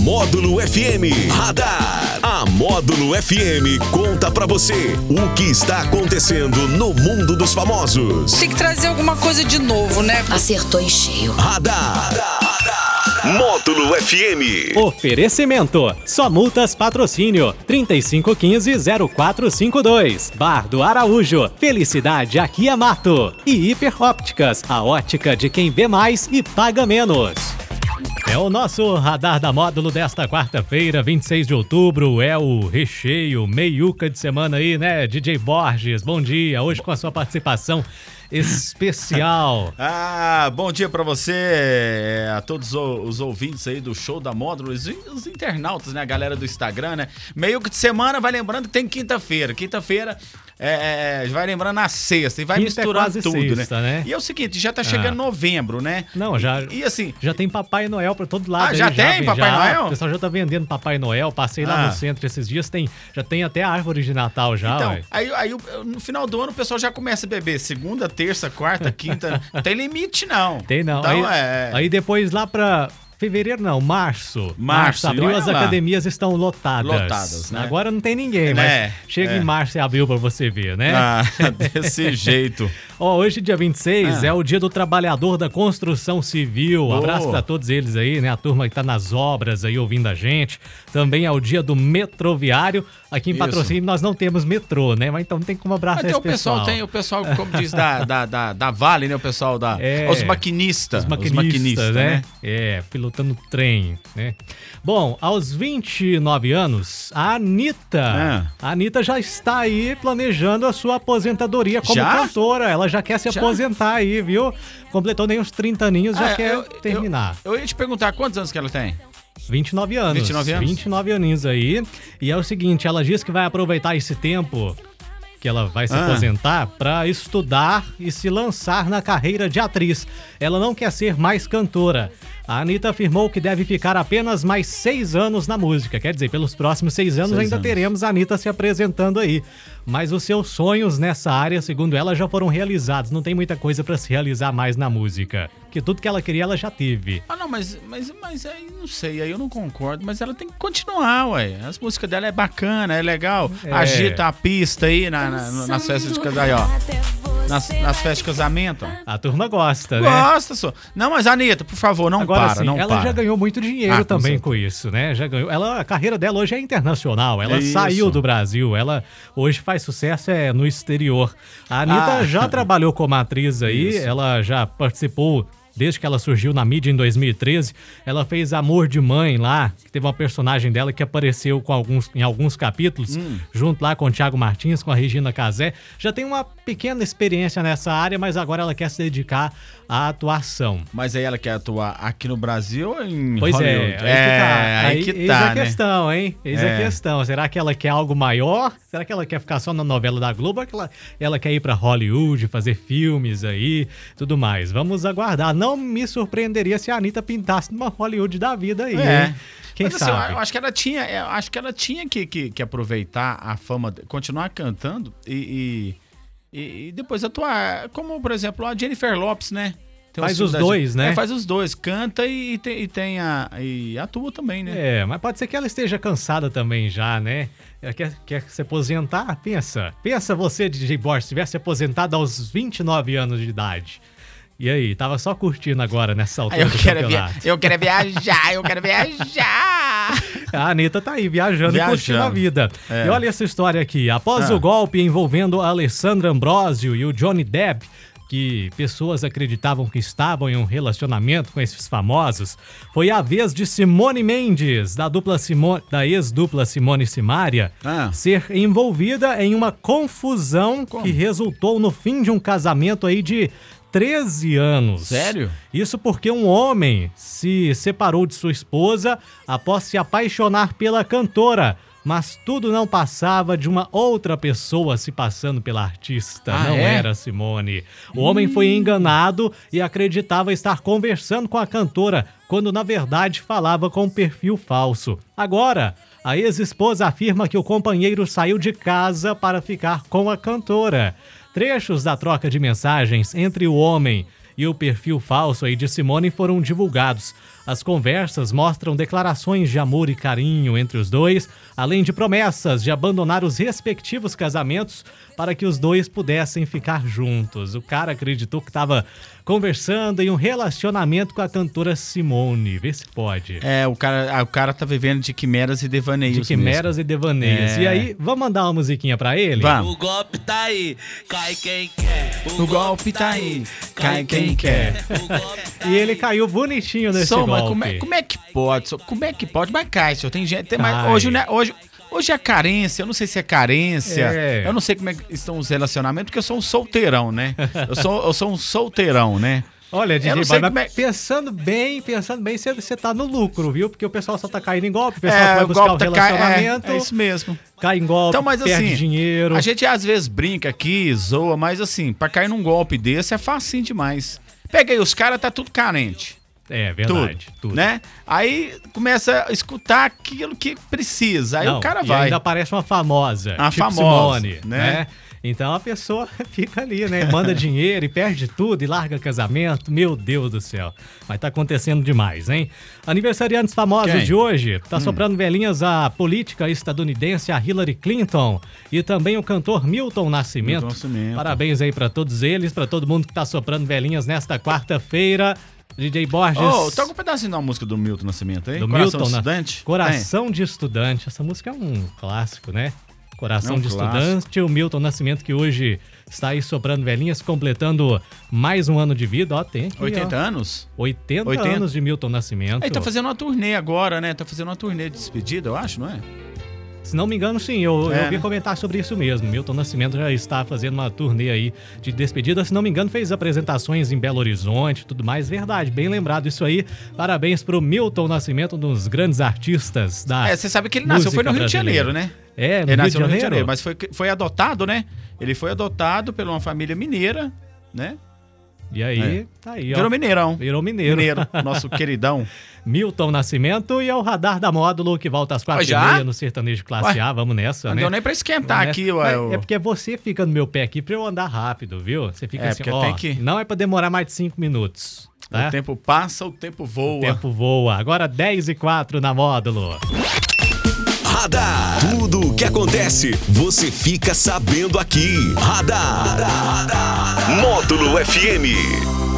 Módulo FM Radar. A Módulo FM conta pra você o que está acontecendo no mundo dos famosos. Tem que trazer alguma coisa de novo, né? Acertou em cheio. Radar. Módulo FM. Oferecimento. Só Multas Patrocínio 3515-0452. Bar do Araújo. Felicidade aqui é mato. E Hiper Ópticas. A ótica de quem vê mais e paga menos. É o nosso radar da Módulo desta quarta-feira, 26 de outubro. É o recheio, meiuca de semana aí, né? DJ Borges, bom dia. Hoje com a sua participação especial. Bom dia pra você, a todos os ouvintes aí do show da Módulo, os internautas, né? A galera do Instagram, né? Meiuca de semana, vai lembrando que tem quinta-feira. Quinta-feira vai lembrando a sexta e vai misturando tudo, sexta, né? E é o seguinte, já tá chegando novembro, né? Não, já. E assim. Já tem Papai Noel pra todo lado. Já tem Papai Noel? O pessoal já tá vendendo Papai Noel. Passei lá no centro esses dias, já tem até a árvore de Natal já. Então, aí no final do ano o pessoal já começa a beber segunda, terça, quarta, quinta. Não tem limite, não. Tem não. Então, aí depois lá pra fevereiro não, março, abril, as academias estão lotadas, né? Agora não tem ninguém, mas chega em março e abril pra você ver, né? Desse jeito. Hoje, dia 26, é o dia do trabalhador da construção civil. Abraço pra todos eles aí, né? A turma que tá nas obras aí ouvindo a gente. Também é o dia do metroviário. Aqui em Patrocínio nós não temos metrô, né? Mas então não tem como abraçar esse pessoal. Tem o pessoal, como diz, da Vale, né? O pessoal os maquinistas. Os maquinistas, né? Pilotando trem, né? Bom, aos 29 anos, a Anitta já está aí planejando a sua aposentadoria como cantora. Ela já quer se aposentar aí, viu? Completou nem uns 30 aninhos, já quer terminar. Eu ia te perguntar, quantos anos que ela tem? 29 anos. 29 aninhos aí. E é o seguinte, ela diz que vai aproveitar esse tempo que ela vai se aposentar para estudar e se lançar na carreira de atriz. Ela não quer ser mais cantora. A Anitta afirmou que deve ficar apenas mais 6 anos na música. Quer dizer, pelos próximos 6 anos ainda teremos a Anitta se apresentando aí. Mas os seus sonhos nessa área, segundo ela, já foram realizados. Não tem muita coisa para se realizar mais na música. Que tudo que ela queria, ela já teve. Não, mas aí não sei, aí eu não concordo. Mas ela tem que continuar, ué. As músicas dela é bacana, é legal. Agita a pista aí nas festas de casamento, ó. Nas festas de casamento. A turma gosta, né? Gosta, só. Não, mas Anitta, por favor, não para. Ela já ganhou muito dinheiro também com isso, né? Já ganhou. A carreira dela hoje é internacional. Ela saiu do Brasil. Ela hoje faz sucesso no exterior. A Anitta já trabalhou como atriz aí. Ela já participou. Desde que ela surgiu na mídia em 2013, ela fez Amor de Mãe lá, que teve uma personagem dela que apareceu em alguns capítulos, junto lá com o Thiago Martins, com a Regina Casé. Já tem uma pequena experiência nessa área, mas agora ela quer se dedicar à atuação. Mas aí ela quer atuar aqui no Brasil ou em Hollywood? Aí que tá, eis a questão, hein? Eis a questão. Será que ela quer algo maior? Será que ela quer ficar só na novela da Globo? Ou ela quer ir pra Hollywood, fazer filmes aí, tudo mais? Vamos aguardar. Não me surpreenderia se a Anitta pintasse numa Hollywood da vida aí, hein? Quem sabe? Assim, eu acho que ela tinha que aproveitar a fama, continuar cantando e depois atuar, como por exemplo a Jennifer Lopez, né? Faz os dois, né? Faz os dois, canta e atua também, né? Mas pode ser que ela esteja cansada também já, né? Ela quer se aposentar? Pensa você, DJ Borges, se tivesse aposentado aos 29 anos de idade. E aí, tava só curtindo agora nessa altura do campeonato. Eu quero viajar! A Anitta tá aí, viajando e curtindo a vida. E olha essa história aqui. Após o golpe envolvendo a Alessandra Ambrosio e o Johnny Depp, que pessoas acreditavam que estavam em um relacionamento com esses famosos, foi a vez de Simone Mendes, da ex-dupla Simone e Simaria, ser envolvida em uma confusão que resultou no fim de um casamento aí de 13 anos. Sério? Isso porque um homem se separou de sua esposa após se apaixonar pela cantora. Mas tudo não passava de uma outra pessoa se passando pela artista. Não era Simone. O homem foi enganado e acreditava estar conversando com a cantora, quando na verdade falava com um perfil falso. Agora, a ex-esposa afirma que o companheiro saiu de casa para ficar com a cantora. Trechos da troca de mensagens entre o homem e o perfil falso aí de Simone foram divulgados. As conversas mostram declarações de amor e carinho entre os dois, além de promessas de abandonar os respectivos casamentos para que os dois pudessem ficar juntos. O cara acreditou que estava conversando em um relacionamento com a cantora Simone. Vê se pode. O cara tá vivendo de quimeras e devaneios. De quimeras e devaneios. E aí, vamos mandar uma musiquinha pra ele? Vamos. O golpe tá aí, cai quem quer. O golpe tá aí, cai quem quer. E ele caiu bonitinho nesse golpe. Mas como é que pode? Como é que pode? Mas cai, senhor. Tem gente... Hoje é carência, eu não sei se é carência, eu não sei como é que estão os relacionamentos, porque eu sou um solteirão, né? Eu sou um solteirão, né? Olha, DJ Boy, mas pensando bem, você tá no lucro, viu? Porque o pessoal só tá caindo em golpe, o pessoal vai buscar o relacionamento. É isso mesmo. Cai em golpe, então, mas, perde assim, dinheiro. A gente às vezes brinca aqui, zoa, mas assim, pra cair num golpe desse é facinho demais. Pega aí, os caras tá tudo carente. É verdade, tudo. Né? Aí começa a escutar aquilo que precisa. Aí o cara vai. E ainda aparece uma famosa. A tipo famosa, Simone, né? Então a pessoa fica ali, né? Manda dinheiro e perde tudo e larga casamento. Meu Deus do céu. Mas tá acontecendo demais, hein? Aniversariantes famosos de hoje. Tá soprando velhinhas a política estadunidense, a Hillary Clinton. E também o cantor Milton Nascimento. Parabéns aí pra todos eles, pra todo mundo que tá soprando velhinhas nesta quarta-feira. DJ Borges. Toca um pedacinho da música do Milton Nascimento, hein? Do Coração Milton, de Estudante. Coração de Estudante. Essa música é um clássico, né? Coração de Estudante. O Milton Nascimento, que hoje está aí soprando velhinhas, completando mais um ano de vida. Ó, tem aqui, 80 anos? 80 anos de Milton Nascimento. Ele tá fazendo uma turnê agora, né? Tá fazendo uma turnê de despedida, eu acho, não é? Se não me engano, sim, eu ouvi comentar sobre isso mesmo. Milton Nascimento já está fazendo uma turnê aí de despedida. Se não me engano, fez apresentações em Belo Horizonte e tudo mais. Verdade, bem lembrado isso aí. Parabéns pro Milton Nascimento, um dos grandes artistas da você sabe que ele nasceu foi no Rio de Janeiro, né? Ele nasceu no Rio de Janeiro, mas foi adotado, né? Ele foi adotado por uma família mineira, né? E aí, tá aí, ó. Virou mineirão. Virou mineiro. Nosso queridão. Milton Nascimento e é o Radar da Módulo, que volta às 4h30 no Sertanejo Classe A. Vamos nessa, não né? Não deu nem pra esquentar aqui, ué. É porque você fica no meu pé aqui pra eu andar rápido, viu? Você fica assim, tem que... não é pra demorar mais de 5 minutos. Tá? O tempo passa, o tempo voa. O tempo voa. Agora 10h04 na Módulo. Radar. Tudo o que acontece, você fica sabendo aqui. Radar. Módulo FM.